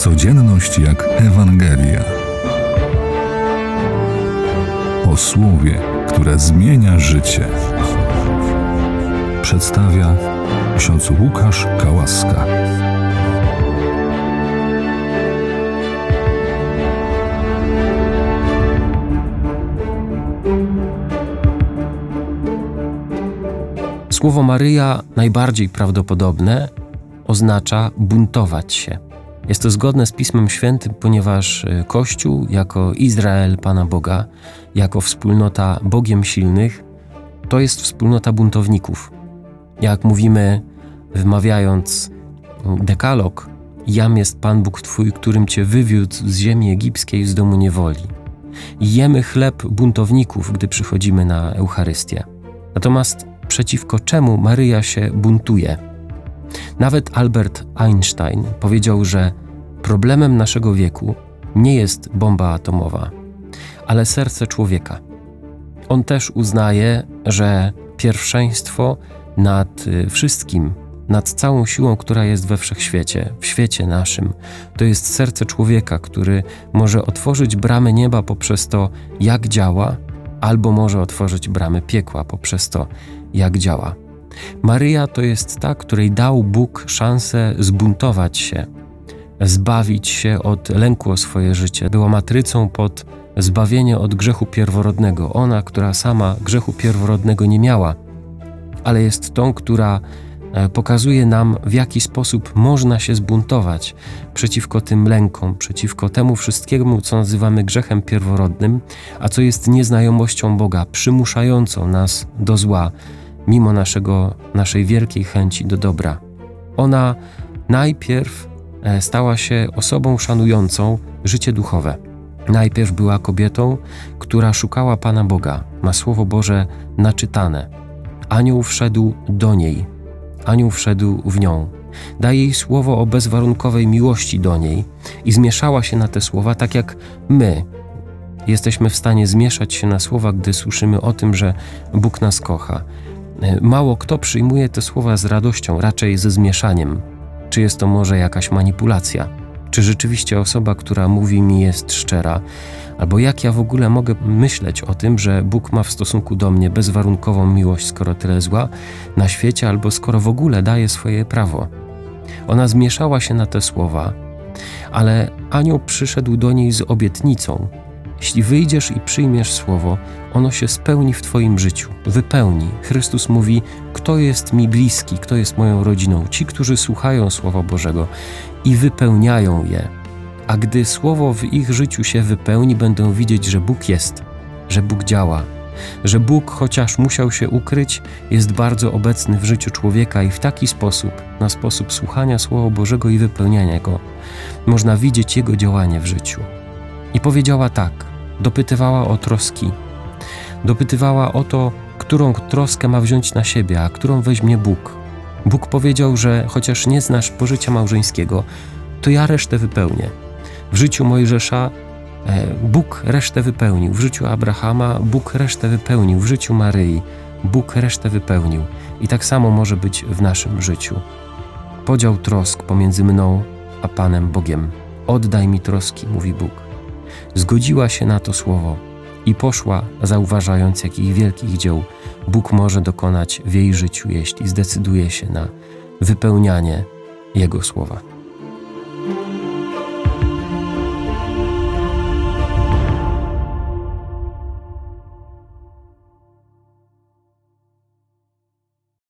Codzienność jak Ewangelia. O słowie, które zmienia życie. Przedstawia ksiądz Łukasz Kałaska. Słowo Maryja, najbardziej prawdopodobne, oznacza buntować się. Jest to zgodne z Pismem Świętym, ponieważ Kościół jako Izrael Pana Boga, jako wspólnota Bogiem silnych, to jest wspólnota buntowników. Jak mówimy, wymawiając dekalog, jam jest Pan Bóg Twój, którym Cię wywiódł z ziemi egipskiej, z domu niewoli. Jemy chleb buntowników, gdy przychodzimy na Eucharystię. Natomiast przeciwko czemu Maryja się buntuje? Nawet Albert Einstein powiedział, że problemem naszego wieku nie jest bomba atomowa, ale serce człowieka. On też uznaje, że pierwszeństwo nad wszystkim, nad całą siłą, która jest we wszechświecie, w świecie naszym, to jest serce człowieka, który może otworzyć bramy nieba poprzez to, jak działa, albo może otworzyć bramy piekła poprzez to, jak działa. Maryja to jest ta, której dał Bóg szansę zbuntować się, zbawić się od lęku o swoje życie. Była matrycą pod zbawienie od grzechu pierworodnego. Ona, która sama grzechu pierworodnego nie miała, ale jest tą, która pokazuje nam, w jaki sposób można się zbuntować przeciwko tym lękom, przeciwko temu wszystkiemu, co nazywamy grzechem pierworodnym, a co jest nieznajomością Boga, przymuszającą nas do zła, mimo naszej wielkiej chęci do dobra. Ona najpierw stała się osobą szanującą życie duchowe. Najpierw była kobietą, która szukała Pana Boga, ma Słowo Boże naczytane. Anioł wszedł do niej, anioł wszedł w nią. Daje jej słowo o bezwarunkowej miłości do niej i zmieszała się na te słowa, tak jak my jesteśmy w stanie zmieszać się na słowa, gdy słyszymy o tym, że Bóg nas kocha. Mało kto przyjmuje te słowa z radością, raczej ze zmieszaniem. Czy jest to może jakaś manipulacja? Czy rzeczywiście osoba, która mówi mi, jest szczera? Albo jak ja w ogóle mogę myśleć o tym, że Bóg ma w stosunku do mnie bezwarunkową miłość, skoro tyle zła na świecie, albo skoro w ogóle daje swoje prawo? Ona zmieszała się na te słowa, ale anioł przyszedł do niej z obietnicą. Jeśli wyjdziesz i przyjmiesz słowo, ono się spełni w Twoim życiu, wypełni. Chrystus mówi, kto jest mi bliski, kto jest moją rodziną? Ci, którzy słuchają Słowa Bożego i wypełniają je. A gdy Słowo w ich życiu się wypełni, będą widzieć, że Bóg jest, że Bóg działa, że Bóg, chociaż musiał się ukryć, jest bardzo obecny w życiu człowieka i w taki sposób, na sposób słuchania Słowa Bożego i wypełniania go, można widzieć Jego działanie w życiu. I powiedziała tak, dopytywała o troski, dopytywała o to, którą troskę ma wziąć na siebie, a którą weźmie Bóg. Bóg powiedział, że chociaż nie znasz pożycia małżeńskiego, to ja resztę wypełnię. W życiu Mojżesza Bóg resztę wypełnił, w życiu Abrahama Bóg resztę wypełnił, w życiu Maryi Bóg resztę wypełnił. I tak samo może być w naszym życiu. Podział trosk pomiędzy mną a Panem Bogiem. Oddaj mi troski, mówi Bóg. Zgodziła się na to słowo i poszła, zauważając, jakich wielkich dzieł Bóg może dokonać w jej życiu, jeśli zdecyduje się na wypełnianie Jego słowa.